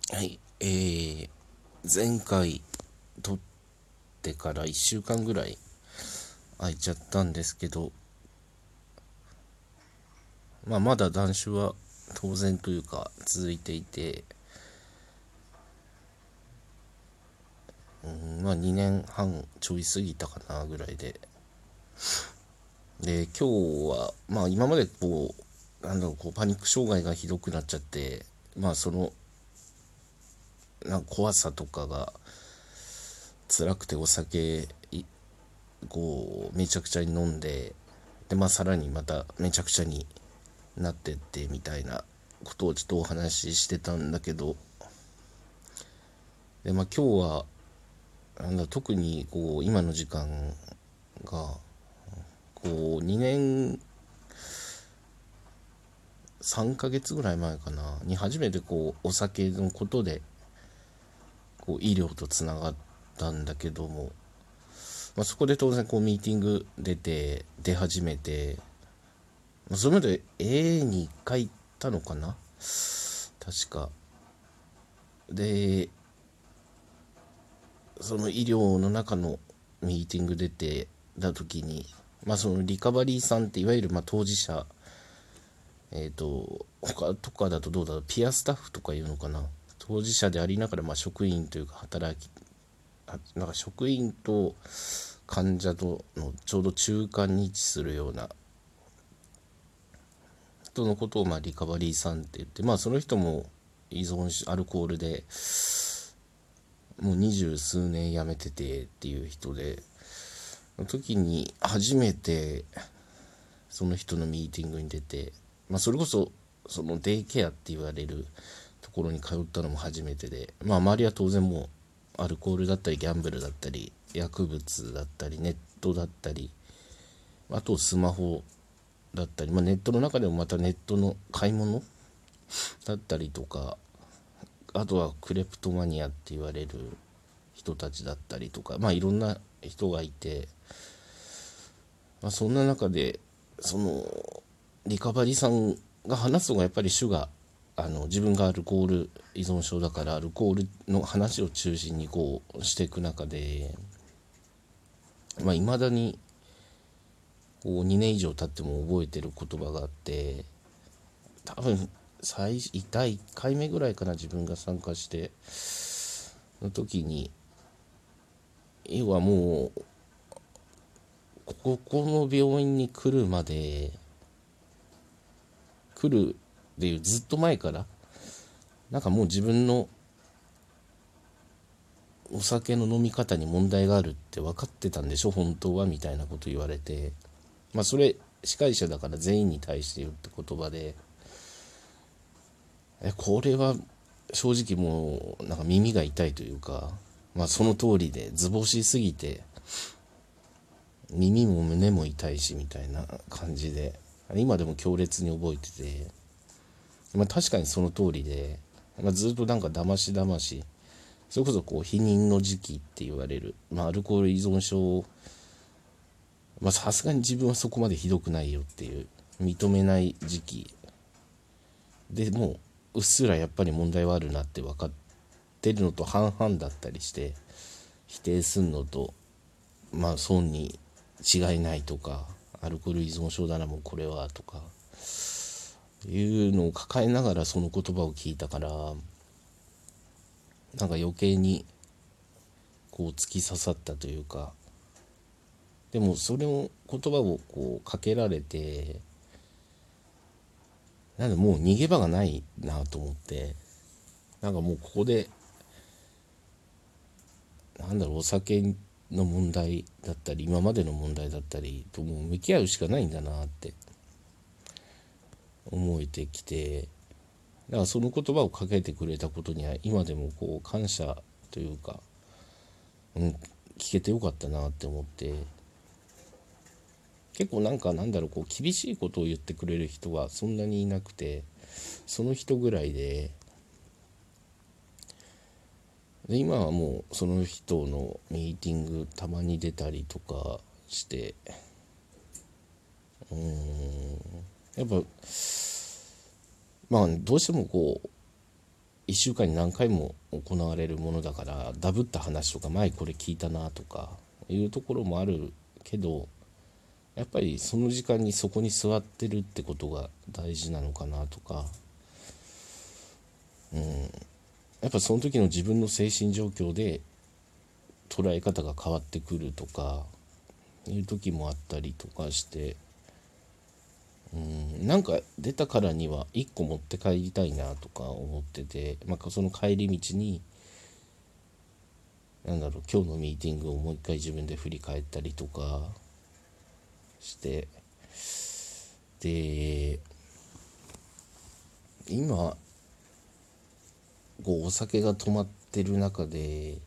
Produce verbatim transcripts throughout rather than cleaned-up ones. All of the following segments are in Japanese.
はい、えー、前回撮ってからいっしゅうかんぐらい空いちゃったんですけど、まあ、まだ断酒は当然というか続いていて、うん、まあにねんはんちょい過ぎたかなぐらいで、で、今日は、まあ今までこう、なんだろう、こうパニック障害がひどくなっちゃって、まあその、なんか怖さとかが辛くてお酒こうめちゃくちゃに飲んで、でまあさらにまためちゃくちゃになってってみたいなことをちょっとお話ししてたんだけど、でまあ今日はなんだ特にこう今の時間がこうにねんさんかげつぐらい前かなに初めてこうお酒のことでこう医療とつながったんだけども、まあ、そこで当然こうミーティング出て出始めて、それまで エー にいっかい行ったのかな確か。でその医療の中のミーティング出てた時に、まあそのリカバリーさんっていわゆるまあ当事者、えっ、と他とかだとどうだろう、ピアスタッフとかいうのかな、当事者でありながらまあ職員というか働きなんか職員と患者とのちょうど中間に位置するような人のことをまあリカバリーさんって言って、まあその人も依存しアルコールでもう二十数年辞めててっていう人で、の時に初めてその人のミーティングに出て、まあ、それこそそのデイケアって言われるところに通ったのも初めてで、まあ、周りは当然もうアルコールだったりギャンブルだったり薬物だったりネットだったり、あとスマホだったり、まあ、ネットの中でもまたネットの買い物だったりとか、あとはクレプトマニアって言われる人たちだったりとか、まあいろんな人がいて、まあ、そんな中でそのリカバリーさんが話すのがやっぱり主があの自分がアルコール依存症だからアルコールの話を中心にこうしていく中で、まあ、未だにこうにねん以上経っても覚えてる言葉があって、多分最第いっかいめぐらいかな、自分が参加しての時に、要はもうここの病院に来るまで来るっていうずっと前からなんかもう自分のお酒の飲み方に問題があるって分かってたんでしょ本当はみたいなこと言われて、まあそれ司会者だから全員に対して言うって言葉で、えこれは正直もうなんか耳が痛いというか、まあその通りで図星すぎて耳も胸も痛いしみたいな感じで今でも強烈に覚えてて、まあ確かにその通りで、まあ、ずっとなんかだましだまし、それこそこう避妊の時期って言われる、まあ、アルコール依存症、まあさすがに自分はそこまでひどくないよっていう認めない時期でもううっすらやっぱり問題はあるなって分かってるのと半々だったりして、否定すんのとまあ損に違いないとか、アルコール依存症だなもうこれはとかいうのを抱えながらその言葉を聞いたから、なんか余計にこう突き刺さったというか、でもそれを言葉をこうかけられて、なんでもう逃げ場がないなと思って、なんかもうここでなんだろうお酒の問題だったり今までの問題だったりともう向き合うしかないんだなって思えてきて、だからその言葉をかけてくれたことには今でもこう感謝というか、うん、聞けてよかったなって思って、結構なんかなんだろうこう厳しいことを言ってくれる人はそんなにいなくて、その人ぐらいで、で今はもうその人のミーティングたまに出たりとかして、うーんやっぱまあどうしてもこういっしゅうかんに何回も行われるものだから、ダブった話とか前これ聞いたなとかいうところもあるけど、やっぱりその時間にそこに座ってるってことが大事なのかなとか、うん、やっぱその時の自分の精神状況で捉え方が変わってくるとかいう時もあったりとかして、うん、なんか出たからにはいっこ持って帰りたいなとか思ってて、まあ、その帰り道になんだろう今日のミーティングをもう一回自分で振り返ったりとかして、で今こうお酒が止まってる中で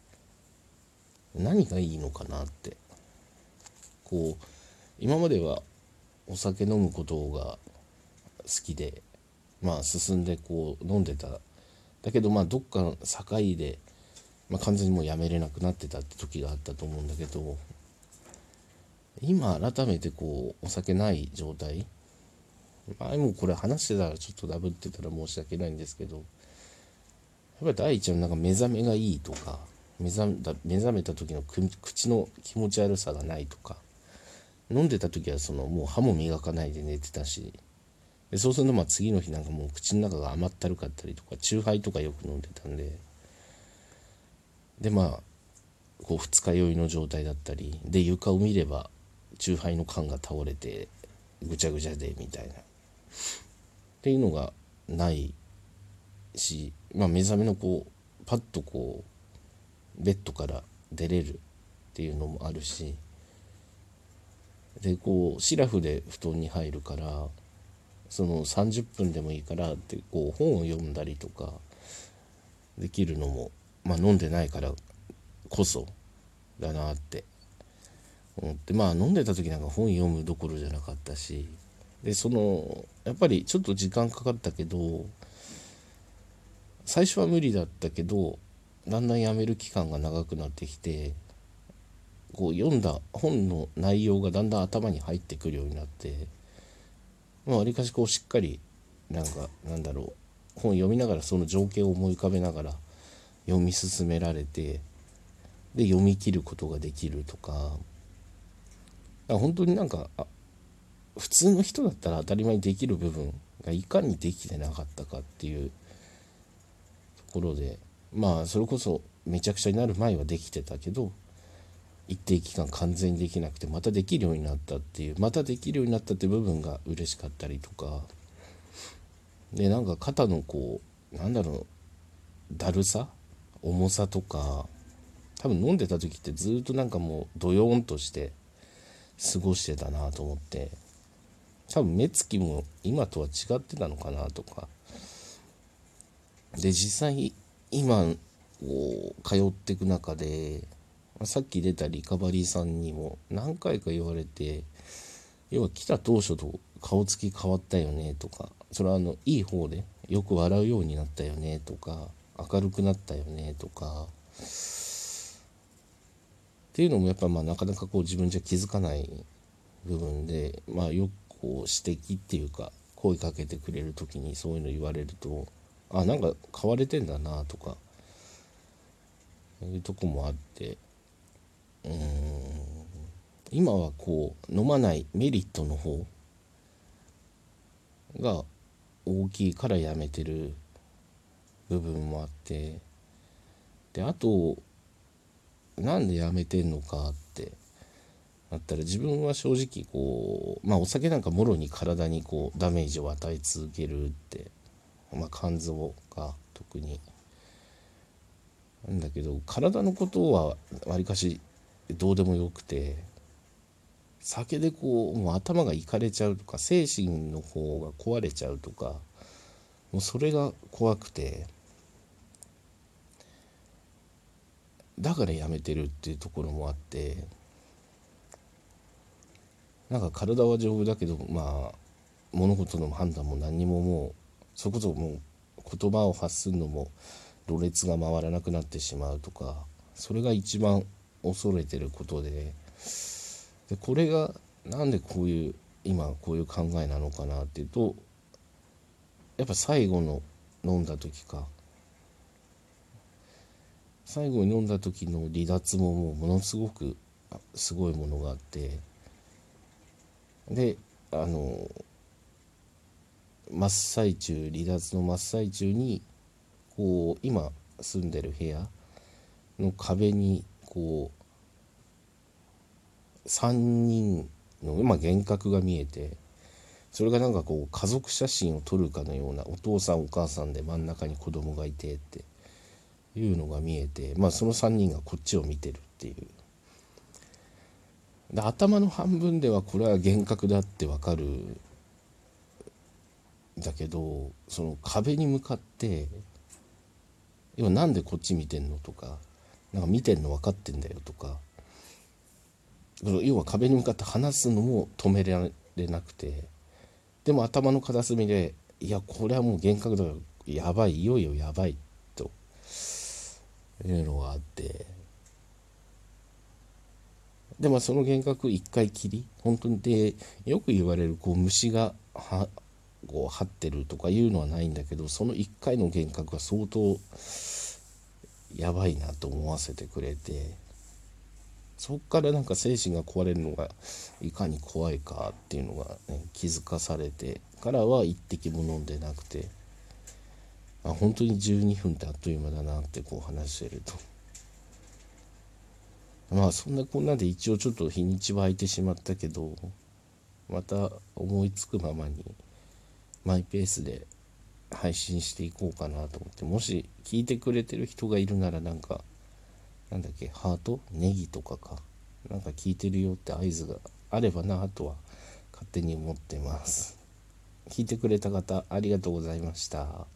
何がいいのかなって、こう今まではお酒飲むことが好きで、まあ進んでこう飲んでた。だけどまあどっかの境で、まあ、完全にもうやめれなくなってたって時があったと思うんだけど、今改めてこうお酒ない状態、前もこれ話してたらちょっとダブってたら申し訳ないんですけど、やっぱり第一のなんか目覚めがいいとか、目覚めた目覚めた時の口の気持ち悪さがないとか、飲んでた時はそのもう歯も磨かないで寝てたし、でそうするとまあ次の日なんかもう口の中が甘ったるかったりとか、チューハイとかよく飲んでたんで、でまあこう二日酔いの状態だったりで、床を見ればチューハイの缶が倒れてぐちゃぐちゃでみたいなっていうのがないし、まあ、目覚めのこうパッとこうベッドから出れるっていうのもあるし、でこうシラフで布団に入るから、そのさんじゅっぷんでもいいからってこう本を読んだりとかできるのも、まあ、飲んでないからこそだなって思って、まあ飲んでた時なんか本読むどころじゃなかったし、でそのやっぱりちょっと時間かかったけど、最初は無理だったけどだんだんやめる期間が長くなってきて、こう読んだ本の内容がだんだん頭に入ってくるようになって、まあ、わりかしこうしっかりなんかなんだろう本読みながらその情景を思い浮かべながら読み進められて、で読み切ることができるとか、本当になんか普通の人だったら当たり前にできる部分がいかにできてなかったかっていうところで、まあそれこそめちゃくちゃになる前はできてたけど一定期間完全にできなくてまたできるようになったっていう、またできるようになったっていう部分が嬉しかったりとかで、なんか肩のこうなんだろうだるさ重さとか、多分飲んでた時ってずっとなんかもうドヨーンとして過ごしてたなと思って、多分目つきも今とは違ってたのかなとかで、実際今こう通っていく中でさっき出たリカバリーさんにも何回か言われて、要は来た当初と顔つき変わったよねとか、それはあのいい方でよく笑うようになったよねとか明るくなったよねとかっていうのもやっぱまあなかなかこう自分じゃ気づかない部分で、まあよくこう指摘っていうか声かけてくれる時にそういうの言われると、あなんか変われてんだなとかいうとこもあって、うーん今はこう飲まないメリットの方が大きいからやめてる部分もあって、であとなんでやめてんのかってなったら、自分は正直こうまあお酒なんかもろに体にこうダメージを与え続けるって、まあ肝臓が特になんだけど、体のことはわりかしどうでもよくて、酒でこうもう頭がいかれちゃうとか精神の方が壊れちゃうとか、もうそれが怖くて、だからやめてるっていうところもあって、なんか体は丈夫だけどまあ物事の判断も何にももうそれこそもう言葉を発するのもろれつが回らなくなってしまうとか、それが一番恐れてることで、でこれがなんでこういう今こういう考えなのかなっていうと、やっぱ最後の飲んだ時か最後に飲んだ時の離脱ももうものすごくすごいものがあって、であの真っ最中離脱の真っ最中にこう今住んでる部屋の壁にこうさんにんの今幻覚が見えて、それがなんかこう家族写真を撮るかのような、お父さんお母さんで真ん中に子供がいてっていうのが見えて、まあそのさんにんがこっちを見てるっていう。で頭の半分ではこれは幻覚だってわかるんだけど、その壁に向かって要はなんでこっち見てんのとか、なんか見てんの分かってんだよとか、要は壁に向かって話すのも止められなくて、でも頭の片隅でいやこれはもう幻覚だからやばい、いよいよやばいというのがあって、でもその幻覚一回きり本当にで、よく言われるこう虫がはこう張ってるとかいうのはないんだけど、そのいっかいの幻覚が相当やばいなと思わせてくれて、そっからなんか精神が壊れるのがいかに怖いかっていうのが、ね、気づかされてからは一滴も飲んでなくて、あ本当にじゅうにふんってあっという間だなってこう話してると、まあそんなこんなで一応ちょっと日にちは空いてしまったけど、また思いつくままにマイペースで配信していこうかなと思って、もし聞いてくれてる人がいるならなんかなんだっけハートネギとかかなんか聞いてるよって合図があればなとは勝手に思ってます。聞いてくれた方ありがとうございました。